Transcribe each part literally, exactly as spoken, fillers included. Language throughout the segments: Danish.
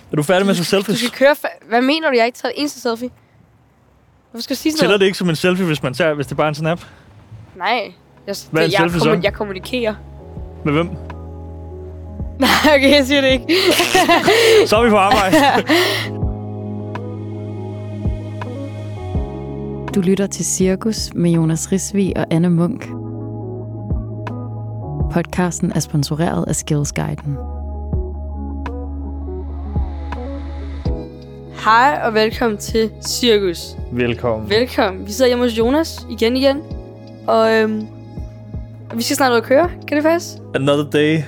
Er du færdig med så selfies? Du skal køre... Fa- Hvad mener du, jeg har ikke taget eneste selfie? Hvorfor skal du sige sådan Tæller noget? det ikke som en selfie, hvis, man tager, hvis det bare er en snap? Nej. Jeg, Hvad er en jeg, selfie kommu- så? jeg kommunikerer. Med hvem? Nej, okay, jeg siger det ikke. Så er vi på arbejde. Du lytter til Cirkus med Jonas Risvig og Anne Munk. Podcasten er sponsoreret af Skillsguiden. Hej og velkommen til Cirkus. Velkommen. Velkommen. Vi sidder hjemme hos Jonas igen igen. Og øhm, vi skal snart ud og køre. Kan det passe? Another day.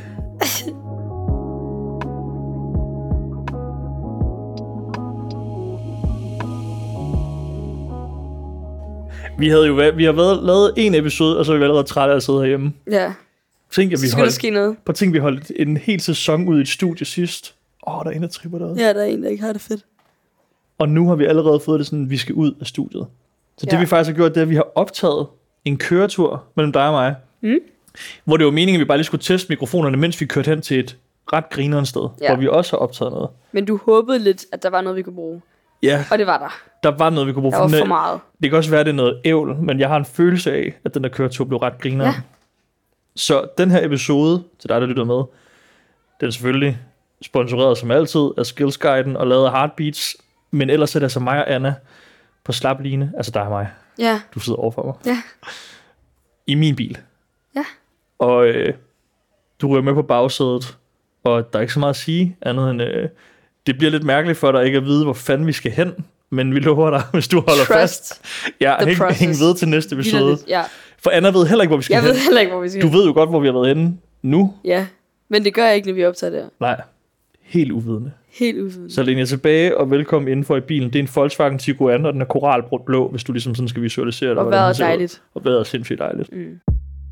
Vi havde jo været, vi har været, lavet en episode, og så er vi allerede trætte af at sidde herhjemme. Ja. Tænk, at vi Så skulle holdt, der ske noget. på tænk, vi holdt en hel sæson ud i et studie sidst. Åh, oh, der er en, der tripper derude. Ja, der er en, der ikke har det fedt. Og nu har vi allerede fået det sådan, at vi skal ud af studiet. Så det Ja. vi faktisk har gjort, det er, at vi har optaget en køretur mellem dig og mig. Mm. Hvor det var meningen, at vi bare lige skulle teste mikrofonerne, mens vi kørte hen til et ret grinerende sted. Ja. Hvor vi også har optaget noget. Men du håbede lidt, at der var noget, vi kunne bruge. Ja, Og det var der. der var noget, vi kunne bruge. Der var den for er- meget. Det kan også være, at det er noget ævl, men jeg har en følelse af, at den der køretur blev ret grinerende. Ja. Så den her episode, til dig, der lytter med, den er selvfølgelig sponsoreret som altid af Skillsguiden og lavet af Heartbeats. Men ellers er det altså mig og Anna på slap line. Altså dig og mig. Ja. Du sidder overfor mig. Ja. I min bil. Ja. Og øh, du ryger med på bagsædet, og der er ikke så meget at sige andet end, øh, det bliver lidt mærkeligt for dig ikke at vide, hvor fanden vi skal hen, men vi lover dig, hvis du holder Trust fast. Ja, the hæng, process. hæng ved til næste episode. Vitterligt, ja. For Anna ved heller ikke, hvor vi skal Jeg hen. ved heller ikke, hvor vi skal. Du ved jo godt, hvor vi har været henne nu. Ja, men det gør jeg ikke, når vi optager der. Nej, helt uvidende. Helt ufint. Så læn jer tilbage og velkommen indenfor i bilen. Det er en Volkswagen Tiguan, og den er koralblå, hvis du ligesom sådan skal visualisere det. Og hvordan vejret den ser ud. dejligt. Og vejret er sindssygt dejligt. Mm.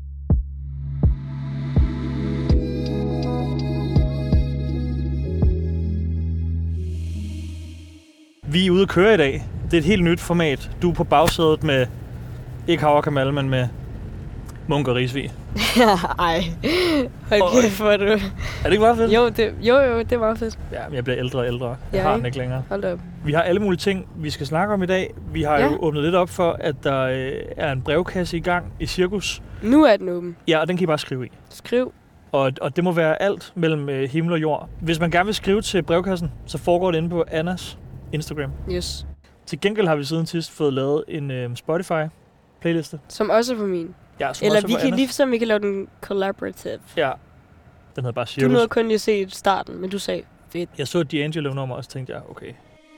Vi er ude at køre i dag. Det er et helt nyt format. Du er på bagsædet med, ikke Havre Kamal, men med Munk og Risvig. Ej, hold Og- kæft, hvor er du... Er det ikke meget fedt? Jo, det, jo, jo, det var fedt. Ja, men jeg bliver ældre og ældre. Jeg Ja, har den ikke? ikke længere. Hold da op. Vi har alle mulige ting, vi skal snakke om i dag. Vi har Ja. jo åbnet lidt op for, at der øh, er en brevkasse i gang i Cirkus. Nu er den åben. Ja, og den kan I bare skrive i. Skriv. Og, og det må være alt mellem øh, himmel og jord. Hvis man gerne vil skrive til brevkassen, så foregår det inde på Annas Instagram. Yes. Til gengæld har vi siden sidst fået lavet en øh, Spotify-playliste. Som også er på min. Ja, som Eller også er vi på kan Annas. lige så vi kan lave den collaborative. Ja, den hedder bare Du Cirkus. nåede kun lige at se starten, men du sagde fedt. Jeg så et D'Angelo-nummer, og så tænkte jeg, okay.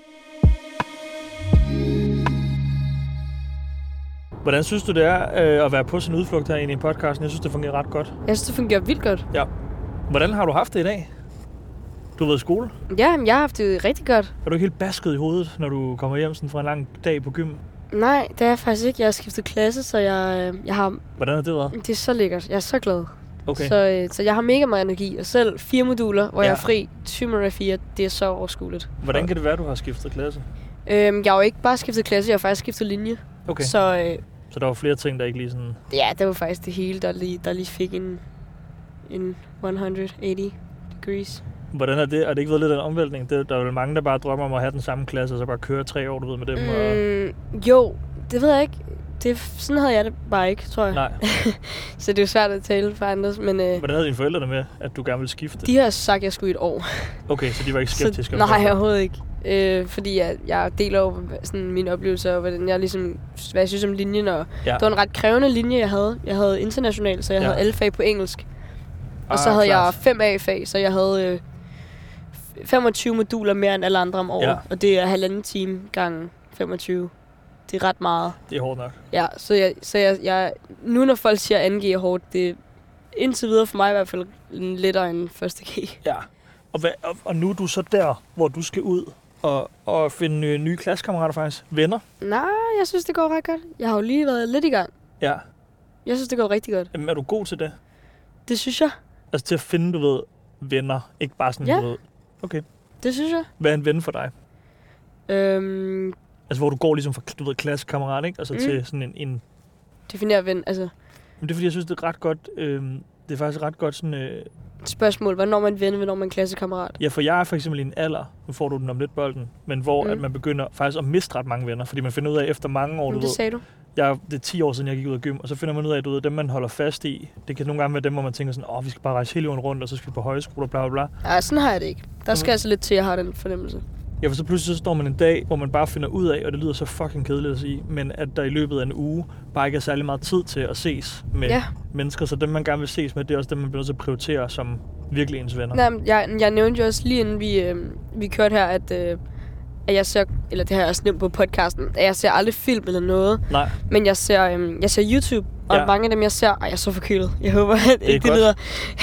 Hvordan synes du, det er øh, at være på sådan en udflugt her i en podcast? Jeg synes, det fungerer ret godt. Jeg synes, det fungerer vildt godt. Hvordan har du haft det i dag? Du har været i skole. Ja, men jeg har haft det rigtig godt. Er du ikke helt basket i hovedet, når du kommer hjem sådan fra en lang dag på gym? Nej, det er jeg faktisk ikke. Jeg har skiftet klasse, så jeg, øh, jeg har... Hvordan har det været? Det er så lækkert. Jeg er så glad. Okay. Så, øh, så jeg har mega meget energi. Og selv fire moduler, hvor Ja. ja. jeg er fri, tyve minutter fire, det er så overskueligt. Hvordan kan det være, at du har skiftet klasse? Øhm, jeg har jo ikke bare skiftet klasse, jeg har faktisk skiftet linje. Okay. Så, Så øh, så der var flere ting, der ikke lige sådan... ja, det var faktisk det hele, der lige, der lige fik en, en et hundrede og otte degrees. Hvordan er det? Er det ikke været lidt af en omvæltning? Det, der er jo mange, der bare drømmer om at have den samme klasse, og så bare køre tre år, du ved, med dem. Og... Mm, jo, det ved jeg ikke. Det, sådan havde jeg det bare ikke, tror jeg. Nej. Så det er jo svært at tale for andres, men øh, Hvordan havde dine forældre det med, at du gerne ville skifte? de har sagt, at jeg skulle i et år. Okay, så de var ikke skeptiske? Så, nej, overhovedet ikke. Øh, fordi jeg, jeg deler over sådan mine oplevelser, og hvordan jeg ligesom, hvad jeg synes om linjen. Og Ja. det var en ret krævende linje, jeg havde. Jeg havde international, så jeg Ja. havde alle fag på engelsk. Og Ah, så havde klart. jeg fem A-fag, så jeg havde øh, femogtyve moduler mere end alle andre om året. Ja. Og det er halvanden time gange femogtyve. Det er ret meget. Det er hårdt nok. Ja, så jeg, så jeg, jeg nu når folk siger anden G er hårdt, det er indtil videre for mig i hvert fald lettere end første G. Ja. Og, hvad, og, og nu er du så der, hvor du skal ud og, og finde nye, nye klassekammerater faktisk. Venner. Nej, jeg synes, det går ret godt. Jeg har jo lige været lidt i gang. Ja. Jeg synes, det går rigtig godt. Jamen, er du god til det? Det synes jeg. Altså til at finde, du ved, venner. Ikke bare sådan, Ja. du ved. Okay. Det synes jeg. Hvad er en ven for dig? Øhm, Altså, hvor du går ligesom fra, du ved, klassekammerat, ikke? Altså Mm. til sådan en... en definerer ven, altså... men det er fordi, jeg synes, det er ret godt... Øh, det er faktisk ret godt sådan... Øh, spørgsmål. Hvornår man ven, hvornår man klassekammerat? Ja, for jeg er for eksempel i en alder, nu får du den om lidt bolden, men hvor mm. at man begynder faktisk at miste ret mange venner, fordi man finder ud af efter mange år, Men du det ved, sagde du. jeg, det er ti år siden, jeg gik ud af gym, og så finder man ud af, at du ved, dem man holder fast i, det kan nogle gange være dem, hvor man tænker sådan, åh, oh, vi skal bare rejse hele jorden rundt, og så skal vi på højskole og bla bla bla. Ja, sådan har jeg det ikke. Der skal mm. altså lidt til, at jeg har den fornemmelse. Ja, for så pludselig så står man en dag, hvor man bare finder ud af, og det lyder så fucking kedeligt at sige, men at der i løbet af en uge bare ikke er særlig meget tid til at ses med ja. mennesker, så dem man gerne vil ses med, det er også dem, man bliver nødt til at prioritere som virkelig ens venner. Nej, jeg, jeg nævnte jo også lige inden vi, øh, vi kørte her, at, øh, at jeg ser, eller det har jeg også nævnt på podcasten, at jeg ser aldrig film eller noget. Nej. Men jeg ser, øh, jeg ser YouTube, og ja. mange af dem jeg ser, ej, jeg er så forkølet. Jeg håber, at det, ikke det lyder.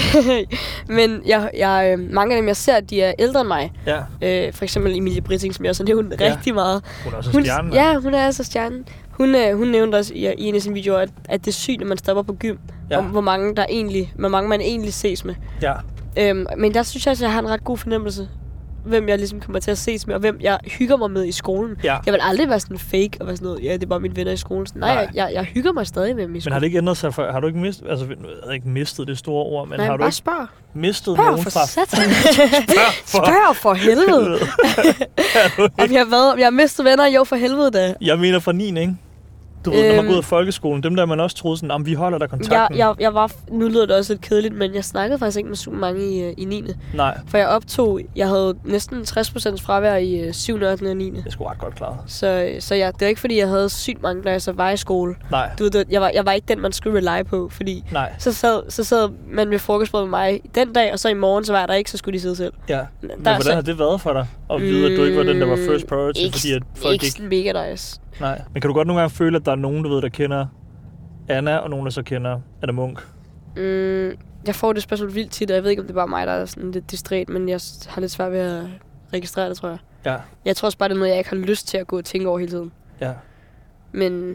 Men jeg, jeg, øh, mange af dem jeg ser, de er ældre end mig. Ja. Øh, for eksempel Emilie Britting, som jeg også har nævnt ja. rigtig meget. Hun er også hun, stjernen. Ja, hun er altså stjernen. Hun, øh, hun nævnte også i, i en af sine videoer, at, at det er sygt, når man stopper på gym, ja. om hvor mange, der egentlig, hvor mange man egentlig ses med. Ja. Øhm, men der synes jeg, at jeg har en ret god fornemmelse, hvem jeg ligesom kommer til at ses med, og hvem jeg hygger mig med i skolen. Ja. Jeg vil aldrig være sådan fake og være sådan noget, ja, det er bare mine venner i skolen. Sådan, nej, nej. Jeg, jeg, jeg hygger mig stadig med dem i skolen. Men har det ikke ændret sig for, har du ikke mistet, altså jeg har ikke mistet det store ord, men nej, har du ikke spørg. mistet spørg nogen for fra... Satan. spørg for... spørg for helvede. om, jeg hvad, om jeg har mistet venner, jo for helvede da. Jeg mener fra niende, ikke? Du ved, øhm, når man går ud af folkeskolen, dem der man også troede sådan, om vi holder der kontakten. Jeg, jeg, jeg var, nu lyder det også lidt kedeligt, men jeg snakkede faktisk ikke med så mange i, i niende. Nej. For jeg optog, jeg havde næsten tres procent fravær i syvende, ottende og niende. Det er sgu ret godt klaret. Så, så ja, det var ikke fordi, jeg havde sygt mange, når jeg så var i skole. Nej. Du ved, det, jeg, var, jeg var ikke den, man skulle rely på, fordi Nej. Så, sad, så sad man ved frokostbordet med mig den dag, og så i morgen, så var jeg der ikke, så skulle de sidde selv. Ja, men der, hvordan så, har det været for dig? At vide, at du ikke var den, der var first priority, ikke, fordi at folk ikke... ikke... mega nice. Nej, men kan du godt nogle gange føle, at der er nogen, du ved, der kender Anna, og nogen, der så kender Anna Munk? Mm, jeg får det spørgsmål vildt tit, og jeg ved ikke, om det er bare mig, der er sådan lidt distræt, men jeg har lidt svært ved at registrere det, tror jeg. Ja. Jeg tror også bare, det er noget, jeg ikke har lyst til at gå og tænke over hele tiden. Ja. Men,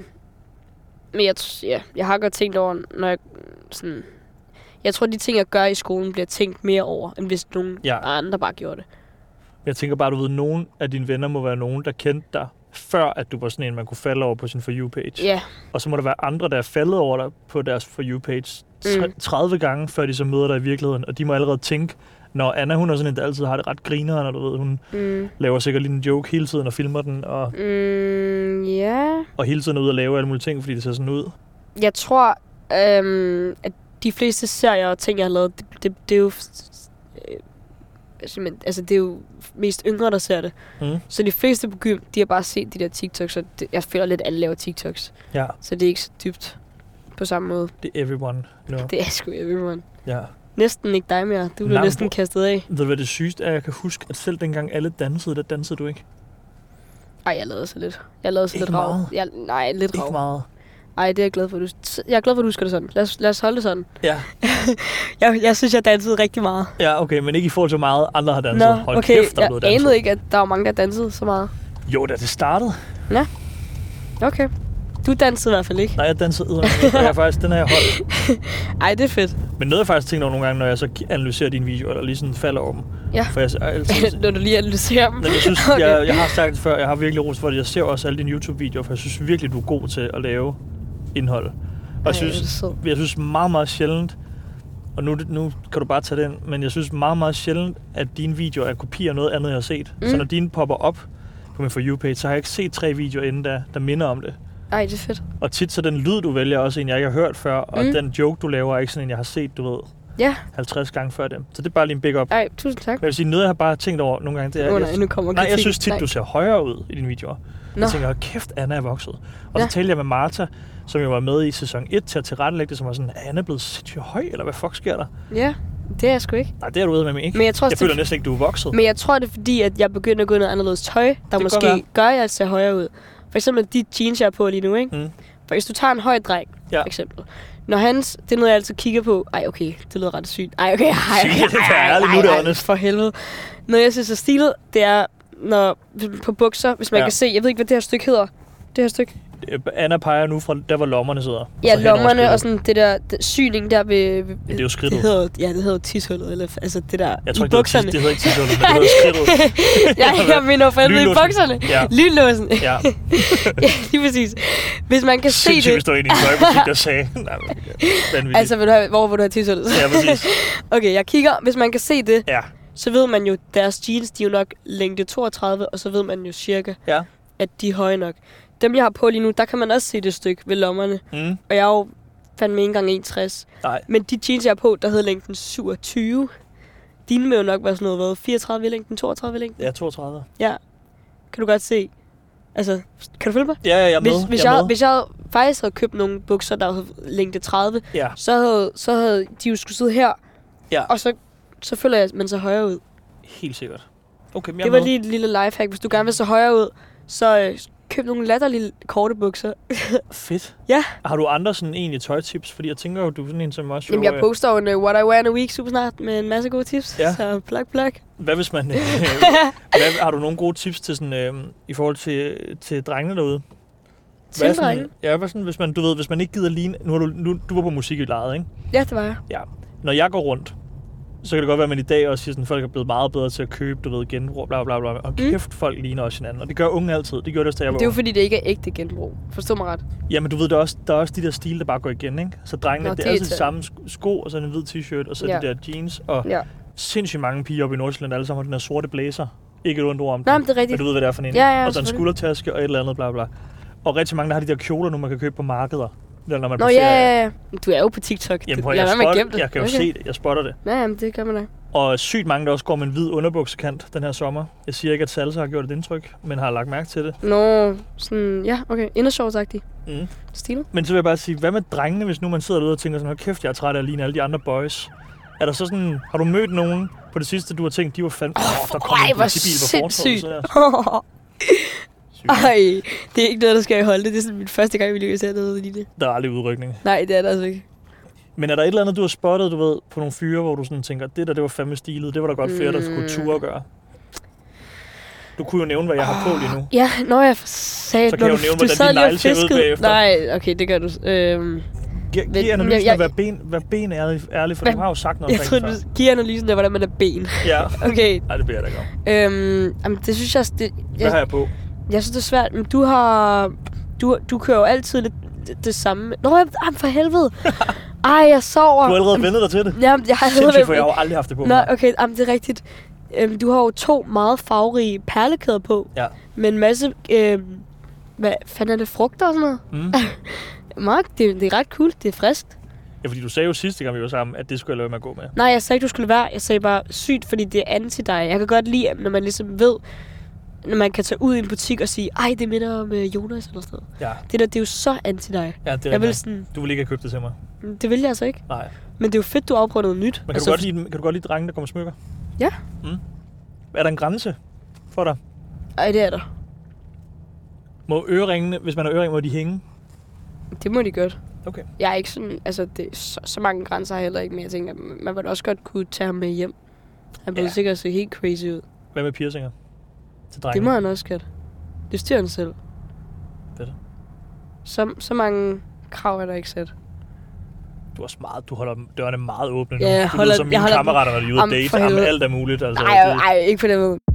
men jeg, ja, jeg har godt tænkt over, når jeg sådan... Jeg tror, de ting, jeg gør i skolen, bliver tænkt mere over, end hvis nogen ja. andre bare gjorde det. Jeg tænker bare, du ved, nogen af dine venner må være nogen, der kendte dig, før at du var sådan en, man kunne falde over på sin For You-page. Ja. Yeah. Og så må der være andre, der er faldet over dig på deres For You-page mm. tredive gange, før de så møder dig i virkeligheden. Og de må allerede tænke, når Anna, hun er sådan en, der altid har det ret griner, når du ved, hun mm. laver sikkert lige en joke hele tiden og filmer den. Og, mm, yeah. og hele tiden er ude og lave alle mulige ting, fordi det ser sådan ud. Jeg tror, øhm, at de fleste serier og ting, jeg har lavet, det, det, det er jo... Øh, altså, det er jo mest yngre, der ser det. Mm. Så de fleste på gym, de har bare set de der TikToks, og det, jeg føler lidt, at alle laver TikToks. Ja. Så det er ikke så dybt på samme måde. Det er everyone. No. Det er sgu everyone. Ja. Næsten ikke dig mere. Du blev næsten kastet af. Ved du, hvad det sygeste er? Jeg kan huske, at selv dengang alle dansede, der dansede du ikke. Ej, jeg lavede så lidt. Jeg lavede så ikke lidt rav. Jeg, nej, lidt rav. Ikke meget. Ej, det er jeg glad for, du... Jeg er glad for, at du husker det sådan. Lad os, lad os holde det sådan. Ja. jeg, jeg synes, jeg dansede rigtig meget. Ja, okay, men ikke i forhold til, hvor meget andre har danset. Nå, Hold okay. kæft, der er blevet danset. Jeg anede ikke, at der var mange, der dansede så meget. Jo, da det startede. Ja. Okay. Du dansede i hvert fald ikke. Nej, jeg dansede eddermame ikke, og jeg er faktisk, den har jeg holdt. Ej, det er fedt. Men noget jeg faktisk tænker over nogle gange, når jeg så analyserer dine videoer, eller lige sådan falder over dem. Ja. For jeg, jeg altid, når du lige analyserer dem. Men jeg synes, okay. jeg, jeg har sagt det før, jeg har virkelig ros for det. Jeg ser også alle dine YouTube-videoer, for jeg synes virkelig, du er god til at lave indhold. Og Ej, jeg synes, jeg synes meget, meget sjældent, og nu, nu kan du bare tage den, men jeg synes meget, meget sjældent, at dine videoer er kopier af noget andet, jeg har set. Mm. Så når dine popper op på min For You-page, så har jeg ikke set tre videoer inden, der, der minder om det. Ej, det er fedt. Og tit så den lyd, du vælger, også en, jeg ikke har hørt før, og mm. den joke, du laver, er ikke sådan en, jeg har set, du ved, ja. halvtreds gange før dem. Så det er bare lige en big up. Ej, tusind tak. Men jeg vil sige, noget jeg har bare tænkt over nogle gange, det er... Oh, nej, nu kommer nej, jeg synes tit, nej. du ser højere ud i dine videoer. Nå. Jeg tænker, kæft, Anna er vokset. Og ja. så talte jeg med Martha, som jo var med i sæson et til at tilrettelægge det, som var sådan, er Anna blevet sindssygt høj, eller hvad fuck sker der? Ja, det er jeg sgu ikke. Nej, det er du ude med mig ikke. Men jeg tror, jeg føler næsten ikke, du er vokset. Men jeg tror, det er fordi, at jeg begynder at gå noget anderledes tøj, der det måske gør, at jeg ser højere ud. For eksempel de jeans, jeg er på lige nu, ikke? Mm. For hvis du tager en høj dreng, ja. for eksempel. Når hans, det er noget, jeg altid kigger på. Ej, okay, det lyder ret sygt. Ej, okay, ej, ej, ej, ej, ej, ej, for helvede. Når jeg synes er stilet, det er, når på bukser, hvis man ja. kan se, jeg ved ikke, hvad det her stykke hedder. Det her stykke. Anna peger nu fra, der hvor lommerne sidder. Ja, lommerne og sådan det der det, syning der ved... ved ja, det er jo skridtet. Det hedder, ja, det hedder tishullet, eller altså det der jeg tror i ikke, bukserne. Det hedder ikke tishullet, men det hedder skridtet. ja, jeg mener for helvede i bukserne. Ja. Lynlåsen. Ja. ja, lige præcis. Hvis man kan se det... Sindssygt, vi står inde i en tøjbutik, der sagde... Nej, men, altså, vil du have, hvor vil du have tishullet? ja, præcis. Okay, jeg kigger. Hvis man kan se det, ja. så ved man jo, deres jeans, de er jo nok længde toogtredive, og så ved man jo cirka, ja. at de er høje nok. Dem, jeg har på lige nu, der kan man også se det stykke ved lommerne. Mm. Og jeg er jo fandme ikke engang en tres. Nej. Men de jeans, jeg har på, der hedder længden syvogtyve. Dine vil jo nok være sådan noget, hvad? fireogtredive i længden, toogtredive i længden? Ja, toogtredive. Ja. Kan du godt se? Altså, kan du følge mig? Ja, ja, jeg er med. Hvis, hvis, jeg, jeg, med. hvis jeg faktisk havde købt nogle bukser, der havde længde tredive, ja. så, havde, så havde de jo skulle sidde her. Ja. Og så, så føler jeg, at man så højere ud. Helt sikkert. Okay, men jeg det var med. lige et lille lifehack. Hvis du gerne vil så højere ud, så øh, køb nogle latterlige korte bukser. Fedt. Ja. Har du andre sådan egentlig tøjtips? Fordi jeg tænker jo, du er sådan en som også... Jamen, jeg poster jo en uh, What I Wear in a Week super snart med en masse gode tips. Ja. Så plug, plug. Hvad hvis man... hvad, har du nogle gode tips til sådan, øh, i forhold til, til drengene derude? Til drengene? Ja, hvad sådan, hvis man, du ved, hvis man ikke gider ligne... Nu, har du, nu du var på musik i lejet, ikke? Ja, det var jeg. Ja. Når jeg går rundt, så kan det godt være, at man i dag også siger, at folk er blevet meget bedre til at købe, du ved, genbrug, bla bla bla. Og kæft, mm. folk ligner også hinanden. Og det gør unge altid. Det gør det også, da jeg var. Det er jo fordi, det ikke er ægte genbrug. Forstå mig ret. Jamen, du ved, der er også, der er også de der stile, der bare går igen, ikke? Så drengene, Nå, det, det er er altid de til. samme sko, og så en hvid t-shirt, og så ja. de der jeans. Og ja. sindssygt mange piger oppe i Nordsjælland, alle sammen har den her sorte blazer. Ikke et ondt ord om Nej, det. men det er rigtigt. Men du ved, hvad det er for en. Ja, ja, og så en skuldertaske og et eller andet, bla bla. Og rigtig mange, der har de der kjoler nu, man kan købe på markeder. Når man Nå, ja, ja, ja. Du er jo på TikTok. Jamen, prøv, jeg, jeg, spotter, jeg kan jo okay. se det. Jeg spotter det. Ja, jamen, det kan man da. Og sygt mange, der også går med en hvid underbuksekant den her sommer. Jeg siger ikke, at Salsa har gjort et indtryk, men har lagt mærke til det. Nå, sådan, ja, okay. Indershorts-agtig. Mm. Stil. Men så vil jeg bare sige, hvad med drengene, hvis nu man sidder derude og tænker sådan, hold kæft, jeg er træt af at ligne alle de andre boys. Er der så sådan, har du mødt nogen på det sidste, du har tænkt, de var fandme... Åh, oh, der kom en politibil på fortorvet. Ej, det er ikke noget, der skal jeg holde. Det er sådan min første gang, vi lige ser noget lignende. Der er aldrig udrykning. Nej, det er der altså ikke. Men er der et eller andet, du har spottet, du ved, på nogle fyre, hvor du sådan tænker, det der, det var fandme stilet, det var da godt fedt, at du kunne ture gøre? Du kunne jo nævne, hvad jeg har på lige nu. Ja, når jeg sagde, så kan jeg jo nævne, hvordan dine negle ser ud bagefter. Nej, okay, det gør du. Øhm, Giv, giv analysen jeg, jeg, af, hvad ben, hvad ben er ærligt, ærligt for hvad, du har jo sagt noget omkring det. Jeg tror, du giver analysen af, hvordan man er ben. Ja. Okay. Nej, det beder jeg da ikke om. Øhm, jamen, det synes jeg... Det, jeg hvad har jeg på? Jeg synes, det er svært, men du har... Du, du kører jo altid lidt det, det samme. Nå, jeg, for helvede. Ej, jeg sover. Du har allerede vendet dig til det. Jamen, jeg har sindssygt, for jeg har jo aldrig haft det på. Nå, okay, jamen, det er rigtigt. Øhm, du har jo to meget farverige perlekæder på. Ja. Med en masse... Øhm, hvad fanden er det? Frugter og sådan noget? Mm. Mark, det, det er ret cool. Det er friskt. Ja, fordi du sagde jo sidste gang, vi var sammen, at det skulle jeg lade med at gå med. Nej, jeg sagde ikke, du skulle være. Jeg sagde bare sygt, fordi det er anti dig. Jeg kan godt lide, når man ligesom ved... Når man kan tage ud i en butik og sige, ej, det minder om uh, Jonas eller sådan noget. Ja. Det der, det er jo så anti dig. Ja, det er jeg vil sådan, du vil ikke have købt det til mig. Det vil jeg altså ikke. Nej. Men det er jo fedt, du afprøver noget nyt. Men kan, altså, du godt lide, kan du godt lide drenge, der kommer smykker? Ja. Mm. Er der en grænse for dig? Ej, det er der. Må øreringene, hvis man har øring, må de hænge? Det må de godt. Okay. Jeg er ikke sådan, altså det, så, så mange grænser har jeg heller ikke, men jeg tænker, man vil også godt kunne tage ham med hjem. Han bliver ja. sikkert se helt crazy ud. Hvad med piercinger? Til drenge? Det må han også godt. Det styrer han selv. Fedt. Så, så mange krav er der ikke sat. Du er smart. Du holder dørene meget åbne nu. Ja, jeg du holder, som mine holder, kammerater, når de er ude at date. Jamen, alt er muligt. Altså, nej, det... nej, ikke på den måde.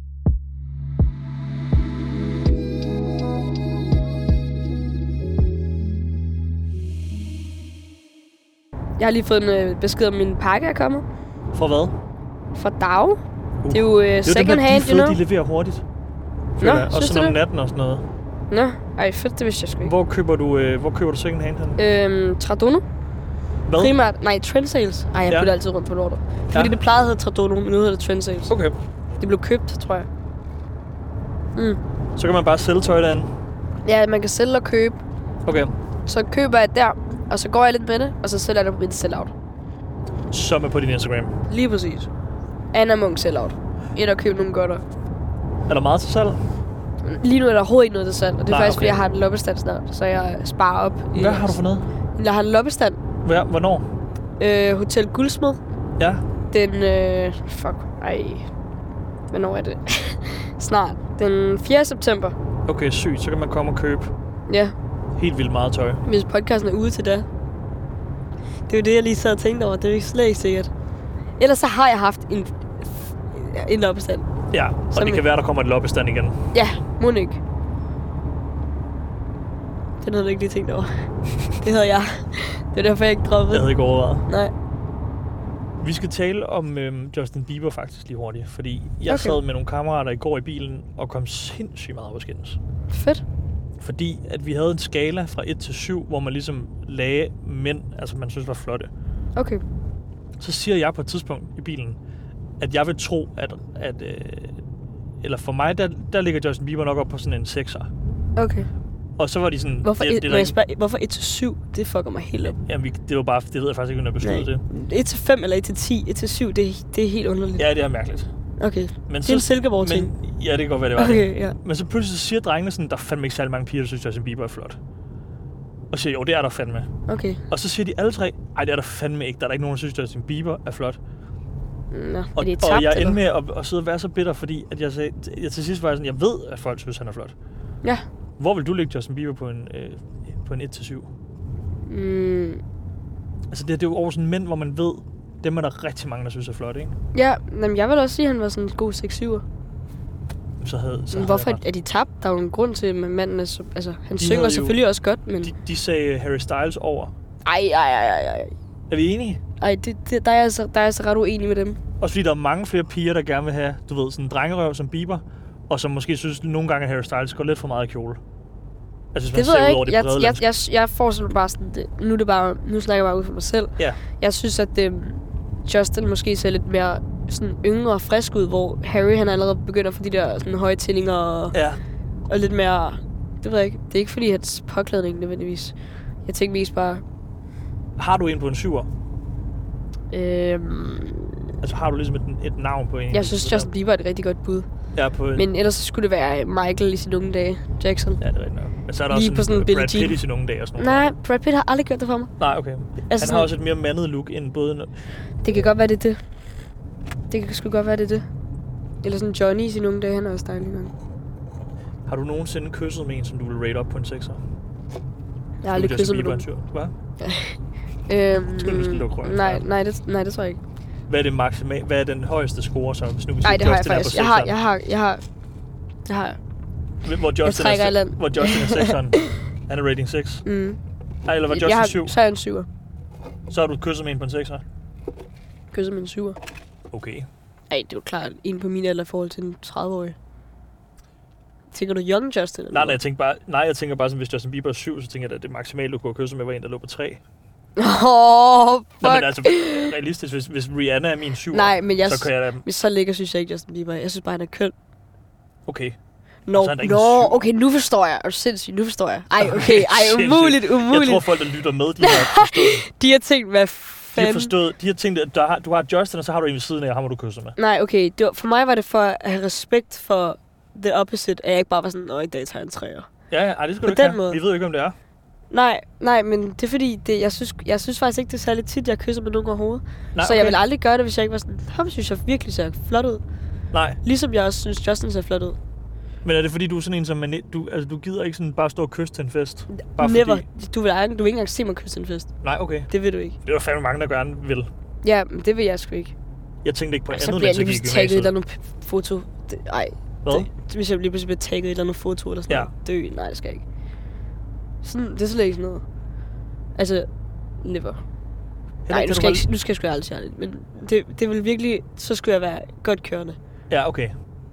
Jeg har lige fået en øh, besked om min pakke er kommet. For hvad? For Dag. Uh, det er jo øh, second dem, hand, de you know. De leverer hurtigt. Nå, og sådan om natten og sådan noget. Nå, ej fedt, det vidste jeg sgu ikke. Hvor køber du, øh, hvor køber du second hand hen? Øhm, Tradono. Hvad? Primært, nej, Trendsales. Ej, jeg ja. putter altid rundt på lortet. Fordi ja. det plejede at hedde Tradono, men nu hedder det Trendsales. Okay. Det blev købt, tror jeg. Mm. Så kan man bare sælge tøj derinde? Ja, man kan sælge og købe. Okay. Så køber jeg der, og så går jeg lidt med det, og så sælger jeg det på min sellout. Som er på din Instagram? Lige præcis. Anna Munk sellout. Ind og købe nogle godter. Er der meget til salg? Lige nu er der overhovedet ikke noget til salg, og det er Nej, faktisk, okay. fordi jeg har en loppestand snart, så jeg sparer op. Hvad har du for noget? Jeg har en loppestand. Hvad? Hvornår? Øh, Hotel Guldsmed. Ja. Den, øh, fuck, ej. Hvornår er det? Snart. Den fjerde september. Okay, sygt. Så kan man komme og købe Ja. Helt vildt meget tøj. Hvis podcasten er ude til det. Det er jo det, jeg lige sad og tænkte over. Det er jo slet ikke sikkert. Ellers så har jeg haft en, en loppestand. Ja, og Som det kan være, der kommer et loppestand igen. Ja, må ikke. Det havde jeg ikke lige tænkt over. Det havde jeg. Det er derfor, jeg ikke droppede. Jeg havde ikke overvejet. Nej. Vi skal tale om øhm, Justin Bieber faktisk lige hurtigt, fordi jeg Okay. sad med nogle kammerater i går i bilen og kom sindssygt meget på skændes. Fedt. Fordi at vi havde en skala fra et til syv, hvor man ligesom lagde mænd, altså man synes var flotte. Okay. Så siger jeg på et tidspunkt i bilen, at jeg vil tro, at, at øh, eller for mig, der, der ligger Justin Bieber nok op på sådan en sekser. Okay. Og så var de sådan... Hvorfor, det, et, det må jeg ikke, spørge, hvorfor et til syv? Det fucker mig helt op. jamen, vi, det var bare, det ved jeg faktisk ikke, om jeg besluttede det. et til fem eller et til ti? et til syv, det, det er helt underligt. Ja, det er mærkeligt. Okay. Men Det er en Silkeborg-ting. Men, ja, det kan godt være, det var Okay, det. ja. Men så pludselig så siger drengene sådan, der er fandme ikke særlig mange piger, der synes, Justin Bieber er flot. Og siger, jo, det er der fandme. Okay. Og så siger de alle tre, ej, det er der fandme ikke. Der er der ikke nogen, der synes, Justin Bieber er flot. Nå, Og, er det og tabt, jeg endte eller? med at, at sidde og være så bitter, fordi at jeg, sagde, jeg til sidst var jeg sådan, jeg ved, at folk synes, han er flot. Ja. Hvor vil du lægge Justin Bieber på en, øh, på en et til syv? Mm, Altså, det, det er jo over sådan mænd, hvor man ved, dem er der rigtig mange, der synes er flot, ikke? ja, men jeg vil også sige, at han var sådan en god seks syv. Så havde, så havde Hvorfor jeg ret. er de tabt? Der er jo en grund til, at manden er så, altså, han De synger havde jo- selvfølgelig også godt, men... De, de sagde Harry Styles over. Ej, ej, ej, ej, ej. Er vi enige? Ej, det, det, der, er jeg så, der er jeg så ret uenig med dem. Også fordi der er mange flere piger, der gerne vil have, du ved, sådan en drengerøv som Bieber, og som måske synes nogle gange, at Harry Styles går lidt for meget i kjole. Altså, hvis Det man ved jeg ser ud over ikke. det Jeg, brede jeg, landskab. jeg, jeg får sådan bare sådan... Det, nu, er det bare, nu snakker jeg bare ud for mig selv. Ja. Jeg synes, at det, Justin måske ser lidt mere sådan yngre og frisk ud, hvor Harry han allerede begynder at få de der sådan høje tændinger og, Ja. og lidt mere... Det ved jeg ikke. Det er ikke fordi, hans påklædning nødvendigvis. Jeg tænker mest bare... Har du en på en syver? Øhm, Altså, har du ligesom et, et navn på en? jeg synes, Justin Bieber er et rigtig godt bud. Ja, på en... Men ellers så skulle det være Michael i sine unge dage. Jackson. Ja, det er rigtigt nok. Men så er der Lige også på sådan en Billie Brad Pitt Jean. i sine unge dage og sådan noget. Nej, Brad Pitt har aldrig gjort det for mig. Nej, okay. Altså Han sådan- har også et mere mandet look end både... Det kan godt være, det er det. Det kan sgu godt være, det er det. Eller sådan Johnny i sine unge dage, han er også dejlig engang. Har du nogensinde kysset med en, som du vil rate op på en sekser? Jeg har aldrig kysset med nogen. Hvad? Øhm, Skal du lige lukke røven? nej, nej, det, nej, det tror jeg ikke. Hvad er det maksimal? Hvad er den højeste score så? Hvis nu vi Nej, siger, det har jeg Justin er på faktisk. Jeg har, sekseren? jeg har, jeg har, jeg har. Hvor Justin trækker er, i land. Hvor Justin er sekseren. Han er rating seks. Mm. Nej, eller var jeg Justin har, syv? Så er jeg en syver. Så har du kysset med en på en sekser? Kysset med en syver. Okay. Ej, det er jo klart en på min alder i forhold til en tredive-årig. Tænker du young Justin? Eller Nej, nej, hvad? jeg tænker bare, nej, jeg tænker bare sådan, hvis Justin Bieber er syv, så tænker jeg, at det maksimale, du kunne have kysset med, var en, der lå på tre. Åh, oh, fuck. Nå, men altså, realistisk, hvis, hvis Rihanna er min syv, Nej, men jeg, så kan jeg da... men så lækker synes jeg ikke Justin Bieber. Jeg synes bare, han er køn. Okay. Nå, så er han da ikke nå, en syv. okay, nu forstår jeg. Er du sindssyg? Nu forstår jeg. Ej, okay, ej, Sindssygt. umuligt, umuligt. Jeg tror, folk, der lytter med, de har forstået. De har tænkt, hvad De har fanden... forstået, de har tænkt, at du har, du har Justin, og så har du en ved siden af, og ham må du kysse med. Nej, okay, det var, for mig var det for at have respekt for the opposite, at jeg ikke bare var sådan, nå, i dag tager jeg en træer. Ja, ja, ej, det skal På du ikke den have. måde. Vi ved jo ikke, om det er. Nej, nej, men det er fordi, det, jeg, synes, jeg synes faktisk ikke, det er særlig tit, jeg kysser med nogen overhovedet. Nej, Så okay. jeg vil aldrig gøre det, hvis jeg ikke var sådan, ham synes jeg virkelig ser flot ud. Nej, Ligesom jeg også synes, Justin ser flot ud. men er det fordi, du er sådan en, som man, du, altså, du gider ikke sådan bare stå og kysse til en fest? Bare Never. Fordi... Du vil, aldrig, du vil ikke engang se mig kysse til en fest. Nej, okay. Det vil du ikke. Det er der fandme mange, der gerne vil. Ja, men det vil jeg sgu ikke. Jeg tænkte ikke på Og så andet, bliver jeg mens jeg lige gik i pludselig tagget i et gymnasiet. eller andet p- foto. Det, ej, Hvad? det, hvis jeg lige pludselig bliver tagget i et eller andet foto eller sådan Ja. noget. Dø, nej, det skal jeg ikke. Sådan, det er slet ikke sådan noget. Altså, never. Nej, kan nu du skal, jeg vel- ikke, nu skal jeg sgu aldrig sige det. Men det, det vil virkelig, så skulle jeg være godt kørende. Ja, okay.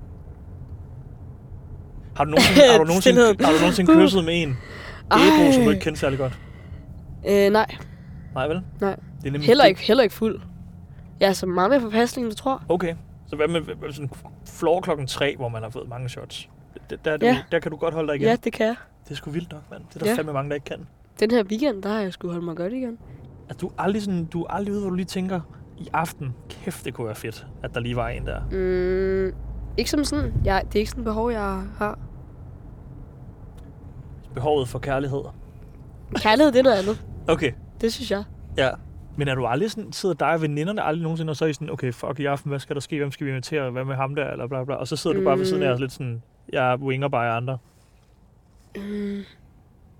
Har du nogensinde, har du nogensinde, Stilheden. har du nogensinde kysset med en ædru, som du ikke kender særlig godt? Øh, nej, Nej, vel? nej. Det er nemlig Heller det- ikke, heller ikke fuld. Jeg er så meget mere på pasning, du tror. Okay. Så hvad med hvad- sådan floor klokken tre, hvor man har fået mange shots? Der, der, der, Ja. der kan du godt holde dig igen. Ja, det kan jeg. Det er sgu vildt nok, mand. Det er der Ja. fandme mange, der ikke kan. Den her weekend, der har jeg sgu holdt mig godt igen. Altså, du er aldrig sådan, du er aldrig ude, hvor du lige tænker, i aften, kæft, det kunne være fedt, at der lige var en der. Mm, ikke som sådan. Jeg, det er ikke sådan et behov, jeg har. Behovet for kærlighed. Kærlighed, det er noget andet. Okay, Det synes jeg. ja. Men er du aldrig sådan, sidder dig og veninderne aldrig nogensinde, og så er I sådan, okay, fuck i aften, hvad skal der ske, hvem skal vi invitere, hvad med ham der, eller bla bla, og så sidder du bare ved siden af os lidt sådan, jeg winger bare andre. Mm,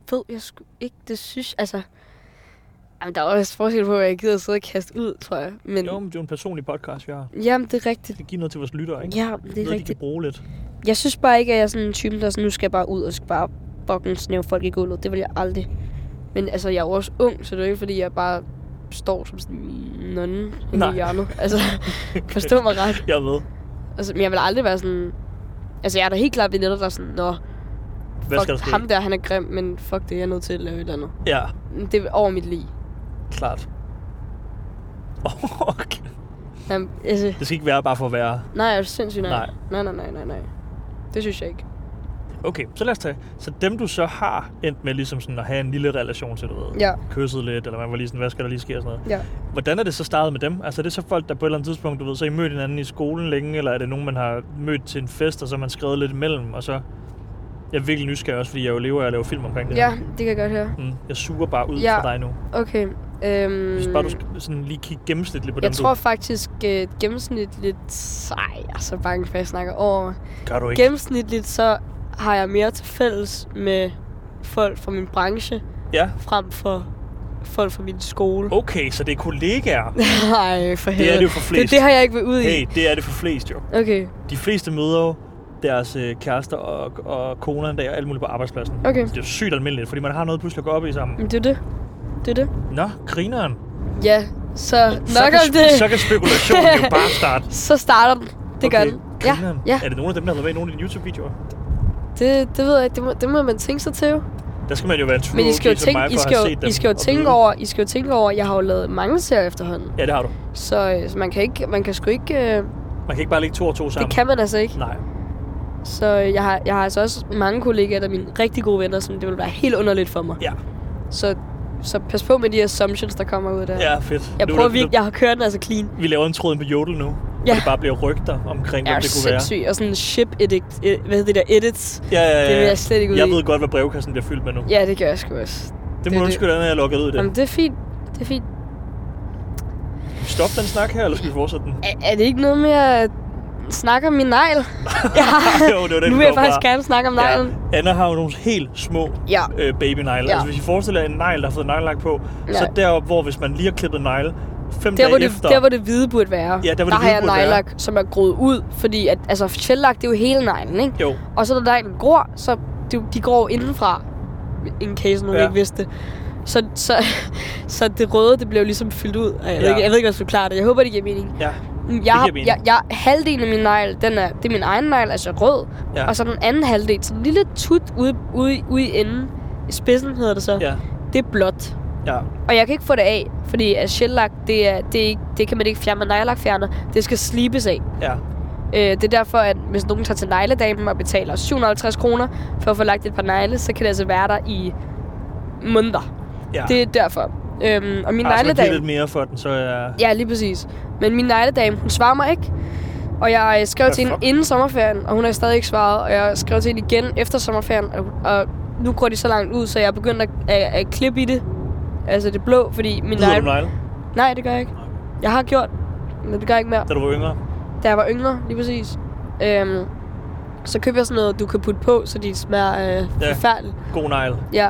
ved jeg sgu ikke, det synes... Altså... Jamen, der er også forskel på, at jeg gider sidde og kaste ud, tror jeg. Men... Jo, men det er jo en personlig podcast, vi har. Jamen, det er rigtigt. Vi skal give noget til vores lyttere, ikke? Ja, det er noget, rigtigt. de kan bruge lidt. Jeg synes bare ikke, at jeg er sådan en type, der sådan, nu skal jeg bare ud og skal bare fucking snæve folk i gulvet. Det vil jeg aldrig. Men altså, jeg er jo også ung, så det er ikke, fordi jeg bare står som sådan en nonne i hjørnet. Altså, forstå mig ret. Jeg er med. Altså, men jeg vil aldrig være sådan... Altså, jeg er da helt klart veninder, der er sådan, nå, hvad skal der fuck, ske? ham der, han er grim, men fuck det, jeg er nødt til at lave et eller andet. Ja. Det er over mit liv. Klart. Okay. Jamen, altså... Det skal ikke være bare for at være... Nej, jeg er sindssygt nej. Nej. Nej, nej, nej, nej, nej. Det synes jeg ikke. Okay, så lad os tage. Så dem, du så har endt med ligesom sådan at have en lille relation til, du ved. Ja. Kysset lidt, eller man var lige sådan, hvad skal der lige ske og sådan noget. Ja. Hvordan er det så startet med dem? Altså er det så folk, der på et eller andet tidspunkt, du ved, så I mødt hinanden i skolen længe, eller er det nogen, man har mødt til en fest, og så har man skrevet lidt imellem, og så... Jeg er virkelig nysgerrig også, fordi jeg jo lever af at lave film omkring det Ja, her. det kan jeg godt høre. Mm, jeg suger bare ud Ja. fra dig nu. Okay. Øhm, Hvis bare du skal sådan lige kigge gennemsnitligt på jeg dem, tror du... faktisk uh, gennemsnitligt... Ej, jeg er så bange for, at jeg snakker over. Gør du ikke? Gennemsnitligt, så har jeg mere til fælles med folk fra min branche, Ja. frem for folk fra min skole. Okay, så det er kollegaer. Nej, for helvede. Det er det jo for flest. Det, det har jeg ikke været ude i. Hey, det er det for flest jo. Okay. De fleste møder jo deres øh, kærester og, og koner en dag og alt muligt på arbejdspladsen. Okay. Så det er jo sygt almindeligt, fordi man har noget pludselig at gå op i sammen. Men det er det. Det er det. Nå, grineren. Ja, så Så nok kan, om det. så kan spekulationen jo bare starte. Så starter den. Det Okay, gør den. Ja, grineren. ja. Er det nogen af dem, der har været med i nogle af dine YouTube-videoer? Det, det ved jeg ikke. Det må, det må man tænke sig til jo. Der skal man jo være en true Men I skal jo som tænke, mig, I for skal at have jo, set dem I skal jo og tænke vide. over, I skal jo tænke over, jeg har jo lavet mange serier efterhånden. Ja, det har du. Så, så man kan ikke, man kan sgu ikke, øh, Man kan ikke bare lægge to og to sammen. det kan man altså ikke. Nej. Så jeg har, jeg har altså også mange kollegaer, der er mine rigtig gode venner, som det vil være helt underligt for mig. Ja. Så, så pas på med de assumptions, der kommer ud der. Ja, fedt. Jeg Nu er prøver det- virkelig, jeg har kørt den altså clean. Vi laver en tråd ind på Jodel nu, Ja. hvor det bare bliver rygter omkring, Jeg hvem er det kunne være. sindssyg, og sådan ship edit, ed, hvad hedder det der, edits. Ja, ja, ja. Det vil jeg slet ikke ud Jeg i. ved godt, hvad brevkassen bliver fyldt med nu. Ja, det gør jeg sgu også. Det må du undskylde, når jeg logger ud i det. Jamen, det er fint. Det er fint. Stop den snak her, eller skal vi fortsætte den? Er, er det ikke noget med at snakke om min negl? Ja. Jo, det var det, Nu du vil jeg kom faktisk fra. gerne snakke om neglen. Ja. Anna har jo nogle helt små Ja. øh, babynegle. Ja. Altså hvis I forestiller jer en negl, der har fået neglelak på, Ja. så deroppe, hvor hvis man lige har klippet negle, fem Der dage hvor, det, efter... der, hvor det hvide burde være, Ja, der, hvor det der har hvide jeg burde være. neglelak, som er groet ud. Fordi at, altså, sjællak, det er jo hele neglen, ikke? Jo. Og så når neglen gror, så de, de gror indenfra. In case nogen Ja. ikke vidste det. Så, så, så det røde, det blev ligesom fyldt ud. Jeg, Ja. ved ikke, jeg ved ikke, hvad jeg skal forklare det. Jeg håber, det giver mening. Ja. Jeg har, mening. jeg, jeg, halvdelen af min negl, den er, det er min egen negl, altså rød. Ja. Og så den anden halvdel, så en lille tut ude, ude, ude i enden, i spidsen hedder det så, Ja. det er blåt. Ja. Og jeg kan ikke få det af, fordi at shellac, det, er, det, er ikke, det kan man ikke fjerne med neglelakfjerner. Det skal slibes af. Ja. Øh, det er derfor, at hvis nogen tager til negledamen og betaler syv hundrede og halvtreds kroner for at få lagt et par negle, så kan det altså være der i måneder. Ja. Det er derfor. Øhm, og min Altså, man giver negledame... lidt mere for den, så er... Ja, lige præcis. Men min negledame, hun svarer mig ikke. Og jeg skrev Hvad til hende fuck? inden sommerferien, og hun har stadig ikke svaret. Og jeg skrev til hende igen efter sommerferien, og, og nu går de så langt ud, så jeg er begyndt at, at, at klippe i det. Altså det blå, fordi min Lyder du negle... negle? Nej, det gør jeg ikke. Jeg har gjort, men det gør jeg ikke mere. Da du var yngre? Da jeg var yngre, lige præcis. Øhm, så køber jeg sådan noget, du kan putte på, så de smager øh, Ja. forfærdeligt. God negle. Ja.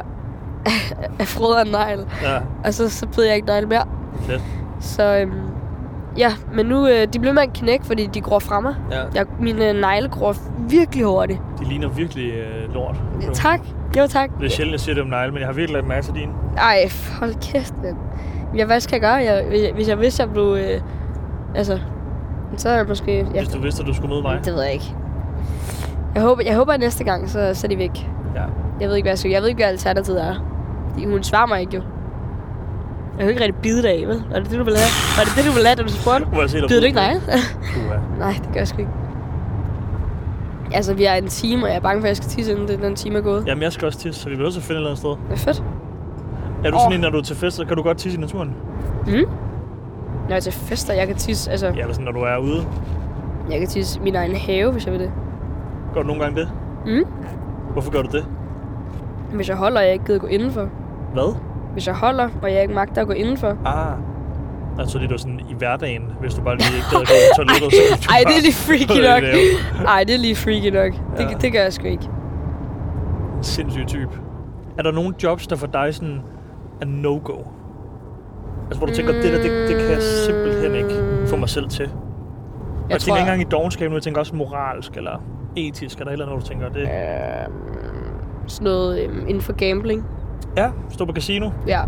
Af frøder en negl. Ja. Og så, så beder jeg ikke negle mere. Fedt. Så øhm, ja, men nu, øh, de bliver med en knæk, fordi de gror fra mig. Ja. Jeg, mine negle gror virkelig hurtigt. De ligner virkelig øh, lort. Ja, tak. Jo, tak. Det er sjældent, jeg siger det om negle, men jeg har virkelig lagt mærke til dine. Ej, hold kæft, mand. Ja, hvad skal jeg gøre? Jeg, hvis, jeg, hvis jeg vidste, jeg blev... Øh, altså, så er jeg måske... Ja, Hvis du vidste, at du skulle møde mig. det ved jeg ikke. Jeg håber, jeg håber at næste gang, så, så er de væk. Ja. Jeg ved ikke, hvad jeg skal. Jeg ved ikke, hvad alternativet er. Fordi hun svarer mig ikke, jo. Jeg kan ikke rigtig bide det af, vel? Var det det, du ville have? Var det det, du ville have, da du spurgte? Må jeg se dig Bider du på? ikke negle? Uha. Nej, det gør jeg sgu ikke. Altså, vi er en time, og jeg er bange for, at jeg skal tisse, inden det- den time er gået. Jamen, jeg skal også tisse, så vi bliver nødt til at finde et eller andet sted. Det er fedt. Er du Åh. sådan en, når du er til fest, så kan du godt tisse i naturen? Mm. Når jeg er til fester, jeg kan tisse, altså, Ja, eller sådan, når du er ude. jeg kan tisse i min egen have, hvis jeg vil det. Gør du nogle gange det? Mm. Hvorfor gør du det? Hvis jeg holder, og jeg ikke gider gå indenfor. Hvad? Hvis jeg holder, og jeg ikke magter at gå indenfor. Ah. Altså, det er sådan i hverdagen, hvis du bare lige ikke gad at gå på toilettet. Så kan du Ej, det er bare lige freaky holde nok. det af. Ej, det er lige freaky nok. Ja. Det, det gør jeg sgu ikke. Sindssyg type. Er der nogle jobs, der for dig sådan er no-go? Altså, hvor du tænker, mm. det der, det, det kan jeg simpelthen ikke få mig selv til. Jeg, jeg tænker ikke engang i dovenskab nu, jeg tænker også moralsk eller etisk, eller et eller andet, du tænker det. Øh, sådan noget øh, inden for gambling. Ja, stå på casino. Ja.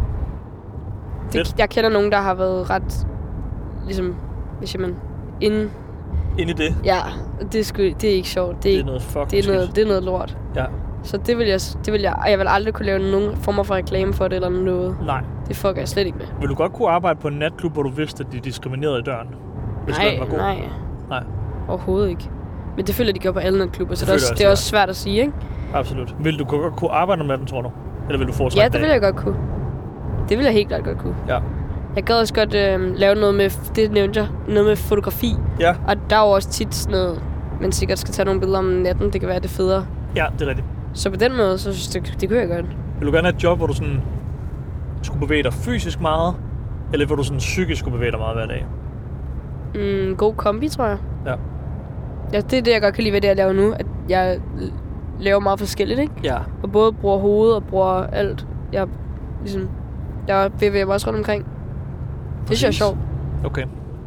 Det, jeg kender nogen, der har været ret, ligesom, hvis man inden... Ind i det? Ja, det er, sgu, det er ikke sjovt. Det er, det er noget fucking det er noget, det er noget lort. Ja. Så det vil jeg, det vil jeg, og jeg vil aldrig kunne lave nogen former for reklame for det eller noget. Nej. Det fucker jeg slet ikke med. Vil du godt kunne arbejde på en natklub, hvor du vidste, at de diskriminerede i døren? Hvis nej, var god? nej. Nej. Overhovedet ikke. Men det føler de gør på alle natklubber, så det er, også, det er også svært at sige, ikke? Absolut. Vil du godt kunne arbejde om natten, tror du? Eller vil du foretrække Ja, det vil jeg godt kunne. Det vil jeg helt klart godt kunne. Ja. Jeg gad også godt øh, lave noget med, det nævnte jeg, noget med fotografi. Ja. Og der er jo også tit sådan noget, man sikkert skal tage nogle billeder om natten, det kan være det federe. Ja, det er rigtigt. Så på den måde, så synes jeg, det, det kunne jeg godt. Vil du gerne have et job, hvor du sådan skulle bevæge dig fysisk meget, eller hvor du sådan psykisk skulle bevæge dig meget hver dag? Mm, god kombi, tror jeg. Ja. Ja, det er det, jeg godt kan lide ved det, jeg laver nu. At jeg laver meget forskelligt, ikke? Ja. Og både bruger hovedet og bruger alt. Jeg ligesom, jeg bevæger mig også rundt omkring. Det synes jeg er sjovt. Okay.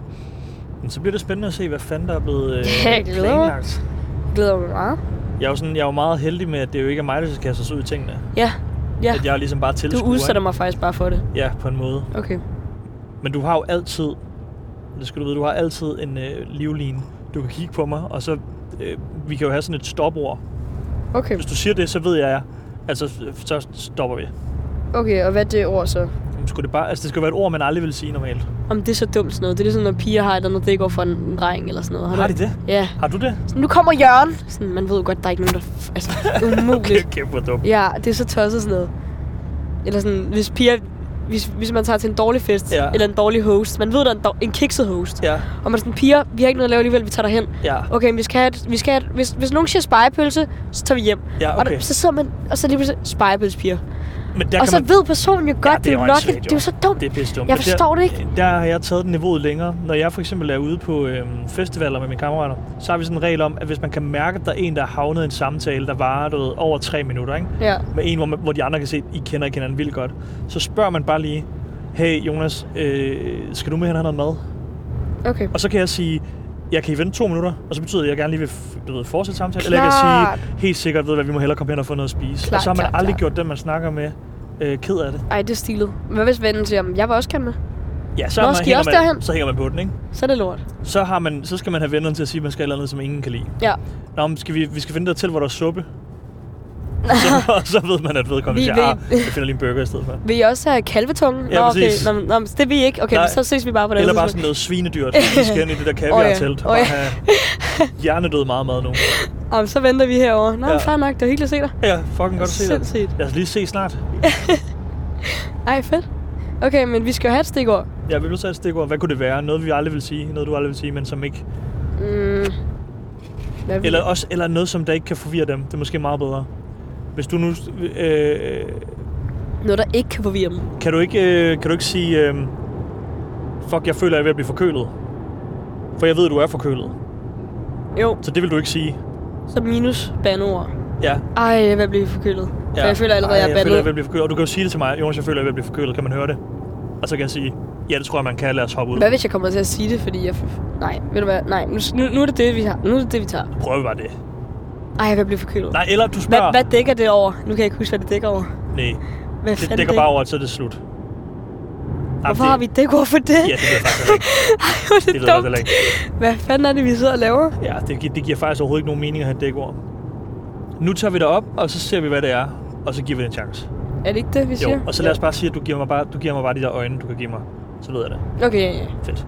Men så bliver det spændende at se, hvad fanden der er blevet øh, jeg glæder planlagt. Jeg glæder mig meget. Jeg er jo sådan, jeg er jo meget heldig med, at det jo ikke er mig, der skal kaste sig ud i tingene. Ja. Ja. At jeg ligesom bare tilskuer. Du udsætter mig faktisk bare for det. Ja, på en måde. Okay. Men du har jo altid, det skal du vide, du har altid en øh, livline. Du kan kigge på mig, og så, øh, vi kan jo have sådan et stopord. Okay. Hvis du siger det, så ved jeg, altså, så stopper vi. Okay, og hvad er det ord så? Skulle det bare, altså det skal være et ord, man aldrig vil sige normalt. Om det er så dumt sådan noget. Det er ligesom, når piger har et eller andet, det går for en, en dreng eller sådan noget. Har, har de det? Ja. Har du det? Sådan, nu kommer Jørgen! Sådan, man ved jo godt, der er ikke nogen, der... Altså, umuligt. Okay, hvor dumt. Ja, det er så tosset sådan noget. Eller sådan, hvis piger... Hvis, hvis man tager til en dårlig fest, ja. Eller en dårlig host. Man ved, der er en, en kikset host. Ja. Og man er sådan, piger, vi har ikke noget at lave alligevel, vi tager derhen. Ja. Okay, vi skal have, et, vi skal have et, hvis, hvis nogen siger spegepølse, så tager vi hjem. Ja, okay. Og der, så sidder man, og så lige pludselig spegepølsepiger. Men der og så man... ved personen jo godt, ja, det, det er jo nok, svagt, det, det er jo så dumt. Det er pisse dumt. Jeg forstår der, det ikke. Der har jeg taget niveauet længere. Når jeg for eksempel er ude på øhm, festivaler med mine kammerater, så har vi sådan en regel om, at hvis man kan mærke, at der er en, der har havnet i en samtale, der varer over tre minutter, ikke? Ja. Med en, hvor, man, hvor de andre kan se, at I kender ikke hinanden vildt godt, så spørger man bare lige, hey Jonas, øh, skal du med hen og have noget mad? Okay. Og så kan jeg sige, jeg kan I vente to minutter, og så betyder det, at jeg gerne lige vil du ved, fortsætte samtale. Eller jeg kan sige, helt sikkert ved, hvad vi må hellere komme hen og få noget at spise. Klar, og så har man klar, aldrig klar. gjort det, man snakker med øh, ked af det. Ej, det er stilet. Hvad hvis vennen siger, jeg vil også gerne med? Ja, så, Nå, man, hænger også man, derhen? så hænger man på den, ikke? Så er det lort. Så, har man, så skal man have vennerne til at sige, at man skal have noget, som ingen kan lide. Ja. Nå, men skal vi, vi skal finde der til, hvor der er suppe. så, og så ved man, at vedkommende siger, ah, jeg finder lige en burger i stedet for. Vil I også have kalvetungen? Ja, nå, okay. præcis. Nå, nå, det vil I ikke. Okay, så ses vi bare på det. Eller bare sådan noget svinedyrt. Vi skal ind i det der kaviar-telt. Oh, ja. Og bare have hjernedød meget mad nu. Jamen, så venter vi herovre. Nå, ja. Fair nok. Det var hyggeligt at se dig. Ja, fucking godt at se dig. Sindssygt. Lad os lige se snart. Ej, fedt. Okay, men vi skal jo have et stikord. Ja, vi vil så have et stikord. Hvad kunne det være? Noget, vi aldrig vil sige. Noget, du aldrig vil sige, men som ikke... Mm. Eller, også, eller noget, som der ikke kan forvirre dem. Det er måske meget bedre. Hvis du nu... Øh, noget, der ikke kan forvirre dem. Kan du ikke, øh, kan du ikke sige... Øh, fuck, jeg føler, jeg er ved at blive forkølet. For jeg ved, at du er forkølet. Jo. Så det vil du ikke sige. Så minus bandeord. Ja. Ej, jeg er ved at blive forkølet. Ja. Jeg føler allerede, Ej, jeg er bandet. jeg føler, jeg er ved at blive forkølet. Og du kan jo sige det til mig. Jonas, jeg føler, jeg er ved at blive forkølet. Kan man høre det? Og så kan jeg sige... Ja, det tror jeg, man kan. Lad os hoppe ud. Hvad hvis jeg kommer til at sige det, fordi jeg... Nej, ved du hvad? Nej, nu, nu er det det, vi har. Nu er det det, vi tager. Prøv bare det. Ej, jeg vil blive forkølet. Nej, eller du spørger... Hvad, hvad dækker det over? Nu kan jeg ikke huske, hvad det dækker over. Nej. Hvad det dækker bare over, at så er det slut. Hvorfor har vi dækord for det? Ja, det ved jeg faktisk ikke. Ej, det, det er dumt. Ikke. Hvad fanden er det, vi sidder og laver? Ja, det, det giver faktisk overhovedet ikke nogen mening at have et dækord. Nu tager vi det op, og så ser vi, hvad det er. Og så giver vi det en chance. Er det ikke det, vi siger? Jo, og så lad os bare sige, at du giver mig bare, du giver mig bare de der øjne, du kan give mig. Så ved jeg det. Okay, ja, ja. Fedt.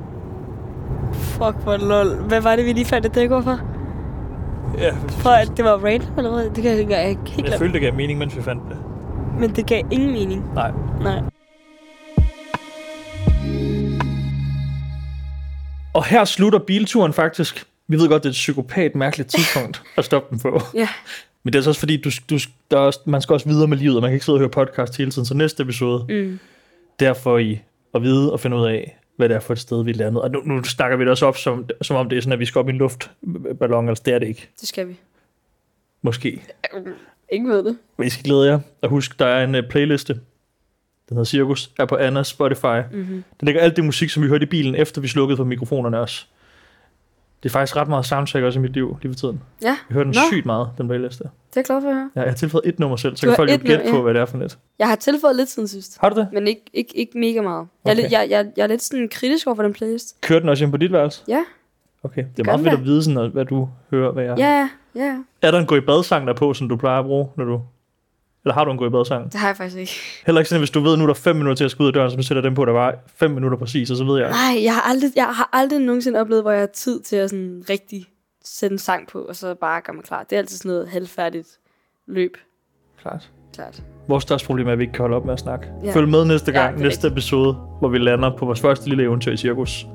Fuck, hvor lol. Hvad var det, vi lige fandt et dækord for? Ja. For at det var random, eller hvad? Det kan jeg ikke engang helt Jeg følte, det gav mening, mens vi fandt det. Men det gav ingen mening. Nej. Nej. Og her slutter bilturen faktisk. Vi ved godt, det er et psykopat mærkeligt tidspunkt at stoppe den på. Ja. Men det er så også fordi, du, du, der er også, man skal også videre med livet, og man kan ikke sidde og høre podcast hele tiden. Så næste episode, mm. derfor I at vide og finde ud af, hvad det er for et sted, vi er landet. Og nu, nu snakker vi det også op, som, som om det er sådan, at vi skal op i en luftballon, altså det er det ikke. Det skal vi. Måske. Ingen ved det. Men I skal glæde jer. Og husk, der er en uh, playliste. Den hedder Cirkus. Er på Annas Spotify. Mm-hmm. Der ligger alt det musik, som vi hørte i bilen, efter vi slukkede for mikrofonerne også. Det er faktisk ret meget soundtrack også i mit liv lige for tiden. Ja. Jeg hører den Nå. sygt meget, den playliste. Det er jeg glad for at høre. Ja, jeg har tilføjet et nummer selv, så Du kan har folk jo et gætte nummer, på, ja. hvad det er for net. Jeg har tilføjet lidt siden sidst. Har du det? Men ikke, ikke, ikke mega meget. Jeg, er Okay. lidt, jeg, jeg, jeg er lidt sådan kritisk over for den playlist. Kører den også hjemme på dit værelse? Ja. Okay, det er Gør meget den fedt da. at vide, sådan, hvad du hører, hvad jeg... Ja, ja. Er der en gå i badsang der på, som du plejer at bruge, når du... Eller har du en gå i badsang? Det har jeg faktisk ikke. Heller ikke sådan, hvis du ved, nu er der fem minutter til at skulle ud af døren, så du sætter den på, der var fem minutter præcis, og så ved jeg... Nej, jeg har aldrig, jeg har aldrig nogensinde oplevet, hvor jeg har tid til at sådan rigtig sætte en sang på, og så bare gøre mig klar. Det er altid sådan noget halvfærdigt løb. Klart. Klart. Vores største problem er, at vi ikke kan holde op med at snakke. Ja. Følg med næste Ja, gang, det er næste episode, hvor vi lander på vores første lille eventyr i Cirkus.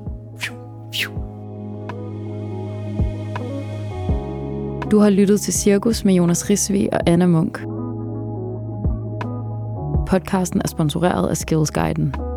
Du har lyttet til Cirkus med Jonas Risvig og Anna Munk. Podcasten er sponsoreret af Skillsguiden.